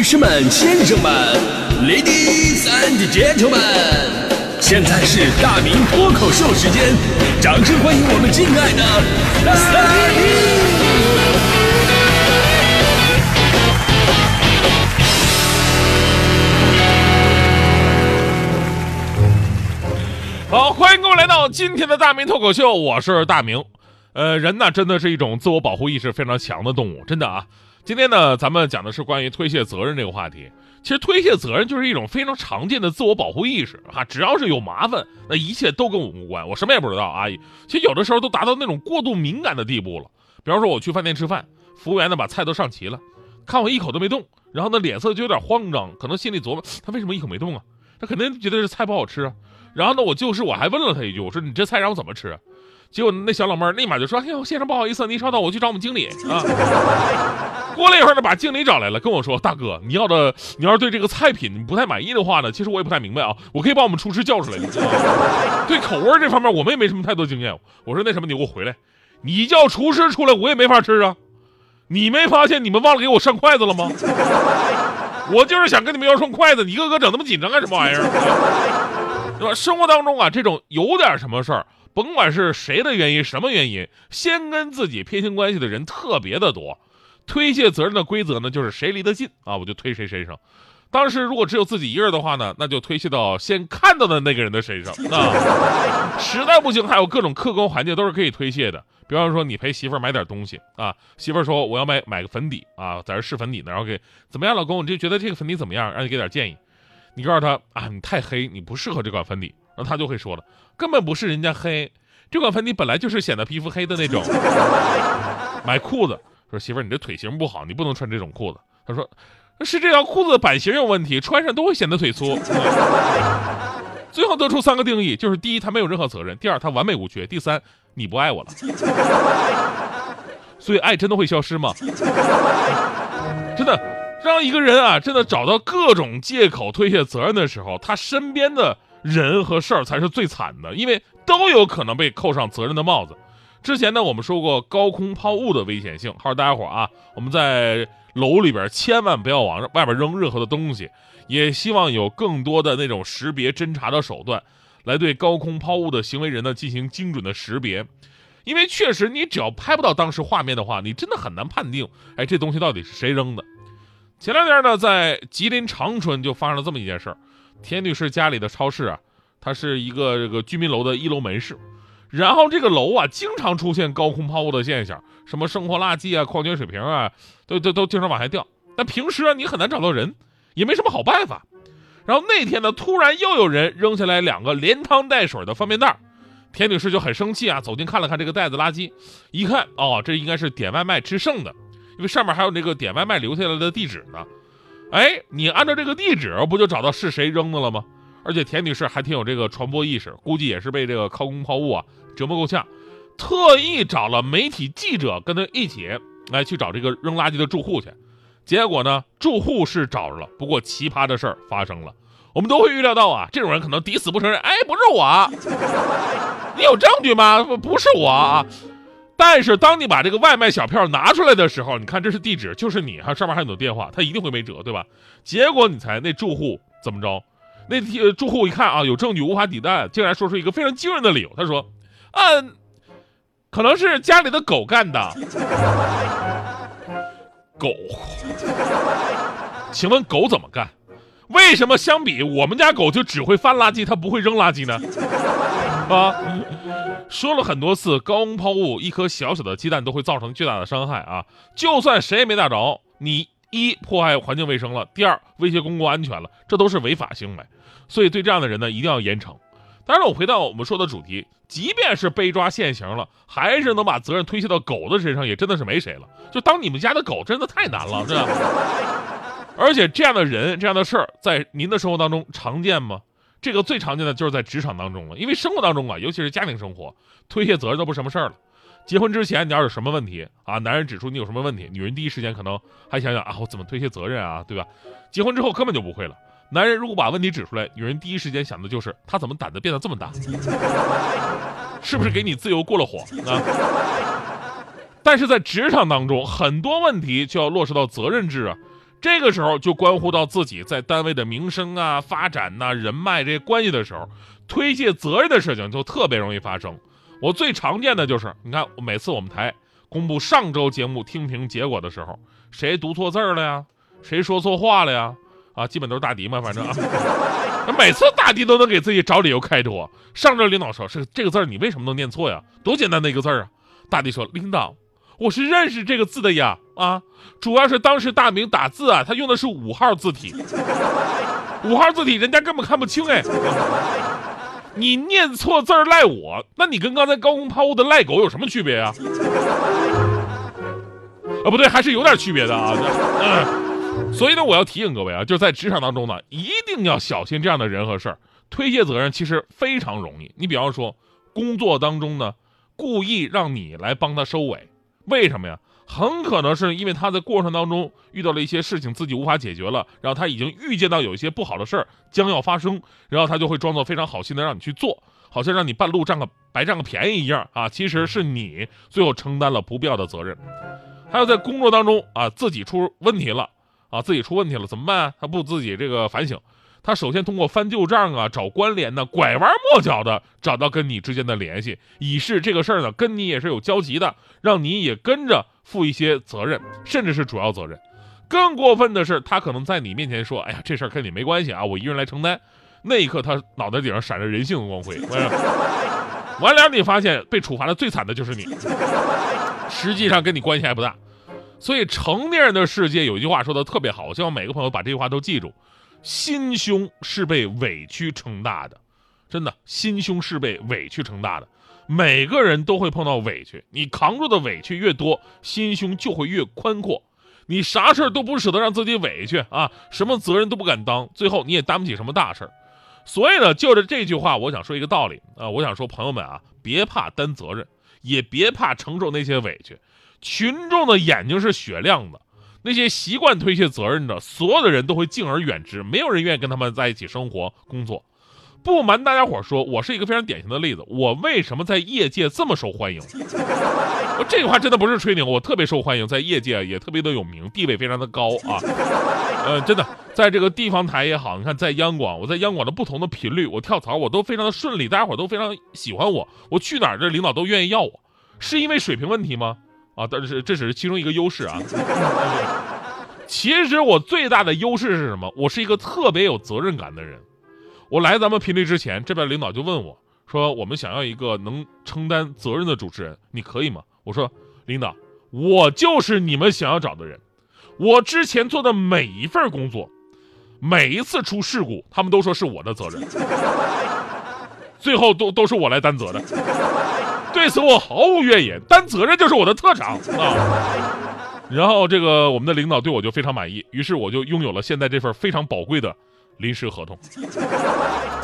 士们、先生们 ，Ladies and Gentlemen， 现在是大明脱口秀时间，掌声欢迎我们敬爱的大明！ 好，欢迎各位来到今天的大明脱口秀，我是大明。人呢真的是一种自我保护意识非常强的动物，真的啊。今天呢，咱们讲的是关于推卸责任这个话题。其实推卸责任就是一种非常常见的自我保护意识啊，只要是有麻烦，那一切都跟我无关，我什么也不知道啊。其实有的时候都达到那种过度敏感的地步了。比方说我去饭店吃饭，服务员呢把菜都上齐了，看我一口都没动，然后呢脸色就有点慌张，可能心里琢磨他为什么一口没动啊？他肯定觉得这菜不好吃啊。然后呢，我还问了他一句，我说你这菜让我怎么吃啊？结果那小老妹儿立马就说：“哎呦，先生不好意思，您稍等，我去找我们经理啊。”过了一会儿呢，把经理找来了，跟我说：“大哥，你要是对这个菜品不太满意的话呢，其实我也不太明白啊，我可以把我们厨师叫出来，你知道吗？对口味这方面我们也没什么太多经验。”我说：“那什么，你给我回来，你叫厨师出来，我也没法吃啊。你没发现你们忘了给我上筷子了吗？我就是想跟你们要双筷子，你一个个整那么紧张干什么玩意儿？对吧？生活当中啊，这种有点什么事儿。”甭管是谁的原因，什么原因，先跟自己撇清关系的人特别的多。推卸责任的规则呢，就是谁离得近啊，我就推谁身上。当时如果只有自己一个人的话呢，那就推卸到先看到的那个人的身上。实在不行，还有各种客观环境都是可以推卸的。比方说，你陪媳妇儿买点东西啊，媳妇儿说我要买个粉底啊，在这试粉底呢，然后给怎么样，老公，你就觉得这个粉底怎么样？让你给点建议。你告诉他啊，你太黑，你不适合这款粉底。然后他就会说了，根本不是人家黑，这款粉底本来就是显得皮肤黑的那种。买裤子，说媳妇儿你这腿型不好，你不能穿这种裤子。他说是这条裤子的版型有问题，穿上都会显得腿粗。最后得出3个定义，就是第一，他没有任何责任；第二，他完美无缺；第三，你不爱我了。所以爱真的会消失吗？真的让一个人啊，真的找到各种借口推卸责任的时候，他身边的人和事儿才是最惨的，因为都有可能被扣上责任的帽子。之前呢，我们说过高空抛物的危险性，号大家伙啊，我们在楼里边千万不要往外边扔任何的东西，也希望有更多的那种识别侦查的手段，来对高空抛物的行为人呢进行精准的识别。因为确实，你只要拍不到当时画面的话，你真的很难判定，哎，这东西到底是谁扔的。前两天呢，在吉林长春就发生了这么一件事儿。田女士家里的超市啊，它是一个这个居民楼的1楼门市，然后这个楼啊经常出现高空抛物的现象，什么生活垃圾啊、矿泉水瓶啊，都经常往下掉。但平时啊你很难找到人，也没什么好办法。然后那天呢，突然又有人扔下来2个连汤带水的方便袋，田女士就很生气啊，走近看了看这个袋子垃圾，一看哦，这应该是点外卖吃剩的，因为上面还有这个点外卖留下来的地址呢。哎，你按照这个地址不就找到是谁扔的了吗？而且田女士还挺有这个传播意识，估计也是被这个高空抛物啊折磨够呛，特意找了媒体记者跟她一起来去找这个扔垃圾的住户去。结果呢，住户是找着了，不过奇葩的事儿发生了。我们都会预料到啊，这种人可能抵死不承认，哎，不是我啊，你有证据吗？不是我啊。但是当你把这个外卖小票拿出来的时候，你看这是地址，就是你，上面还有你的电话，他一定会没辙，对吧？结果你猜那住户怎么着？那住户一看啊，有证据无法抵赖，竟然说出一个非常惊人的理由，他说：“可能是家里的狗干的。”狗？请问狗怎么干？为什么相比我们家狗就只会翻垃圾，它不会扔垃圾呢？啊？说了很多次，高空抛物，一颗小小的鸡蛋都会造成巨大的伤害啊！就算谁也没打着，你一破坏环境卫生了，第二威胁公共安全了，这都是违法行为。所以对这样的人呢，一定要严惩。当然了，我回到我们说的主题，即便是被抓现行了，还是能把责任推卸到狗的身上，也真的是没谁了。就当你们家的狗真的太难了，是吧？而且这样的人，这样的事儿，在您的生活当中常见吗？这个最常见的就是在职场当中了，因为生活当中啊，尤其是家庭生活，推卸责任都不是什么事儿了。结婚之前你要有什么问题啊，男人指出你有什么问题，女人第一时间可能还想想啊，我怎么推卸责任啊，对吧？结婚之后根本就不会了。男人如果把问题指出来，女人第一时间想的就是他怎么胆子变得这么大，是不是给你自由过了火啊？但是在职场当中，很多问题就要落实到责任制啊。 这个时候就关乎到自己在单位的名声啊、发展呐、人脉这些关系的时候，推卸责任的事情就特别容易发生。我最常见的就是，你看每次我们台公布上周节目听评结果的时候，谁读错字了呀？谁说错话了呀？啊，基本都是大迪嘛，反正啊，每次大迪都能给自己找理由开脱。上周领导说：“是这个字你为什么能念错呀？多简单的一个字啊！”大迪说：“领导，我是认识这个字的呀，啊，主要是当时大明打字啊，他用的是5号字体，5号字体人家根本看不清哎。你念错字赖我，那你跟刚才高空抛物的赖狗有什么区别呀？不对，还是有点区别的啊。所以呢，我要提醒各位啊，就是在职场当中呢，一定要小心这样的人和事儿。推卸责任其实非常容易。你比方说，工作当中呢，故意让你来帮他收尾，为什么呀？很可能是因为他在过程当中遇到了一些事情，自己无法解决了，然后他已经预见到有一些不好的事儿将要发生，然后他就会装作非常好心的让你去做，好像让你半路白占个便宜一样啊。其实是你最后承担了不必要的责任。还有在工作当中啊，自己出问题了怎么办啊？他不自己这个反省，他首先通过翻旧账啊，找关联呢，拐弯抹角的找到跟你之间的联系，以示这个事儿呢跟你也是有交集的，让你也跟着负一些责任，甚至是主要责任。更过分的是，他可能在你面前说：“哎呀，这事儿跟你没关系啊，我一个人来承担。”那一刻，他脑袋顶上闪着人性的光辉。完了，你发现被处罚的最惨的就是你，实际上跟你关系还不大。所以成年人的世界有一句话说的特别好，我希望每个朋友把这句话都记住：心胸是被委屈撑大的。真的，心胸是被委屈撑大的。每个人都会碰到委屈，你扛住的委屈越多，心胸就会越宽阔。你啥事儿都不舍得让自己委屈啊，什么责任都不敢当，最后你也担不起什么大事儿。所以呢，就着这句话，我想说一个道理啊，我想说朋友们啊，别怕担责任，也别怕承受那些委屈。群众的眼睛是雪亮的，那些习惯推卸责任的，所有的人都会敬而远之，没有人愿意跟他们在一起生活工作。不瞒大家伙说，我是一个非常典型的例子。我为什么在业界这么受欢迎？这个话真的不是吹牛，我特别受欢迎，在业界也特别的有名，地位非常的高啊。真的，在这个地方台也好，你看在央广，我在央广的不同的频率，我跳槽我都非常的顺利，大家伙都非常喜欢我，我去哪儿这领导都愿意要我，是因为水平问题吗？啊，但是这只是其中一个优势啊。其实我最大的优势是什么？我是一个特别有责任感的人。我来咱们频率之前，这边领导就问我说：“我们想要一个能承担责任的主持人，你可以吗？”我说：“领导，我就是你们想要找的人。我之前做的每一份工作，每一次出事故，他们都说是我的责任，最后都是我来担责的。对此我毫无怨言，担责任就是我的特长啊。”然后这个我们的领导对我就非常满意，于是我就拥有了现在这份非常宝贵的临时合同。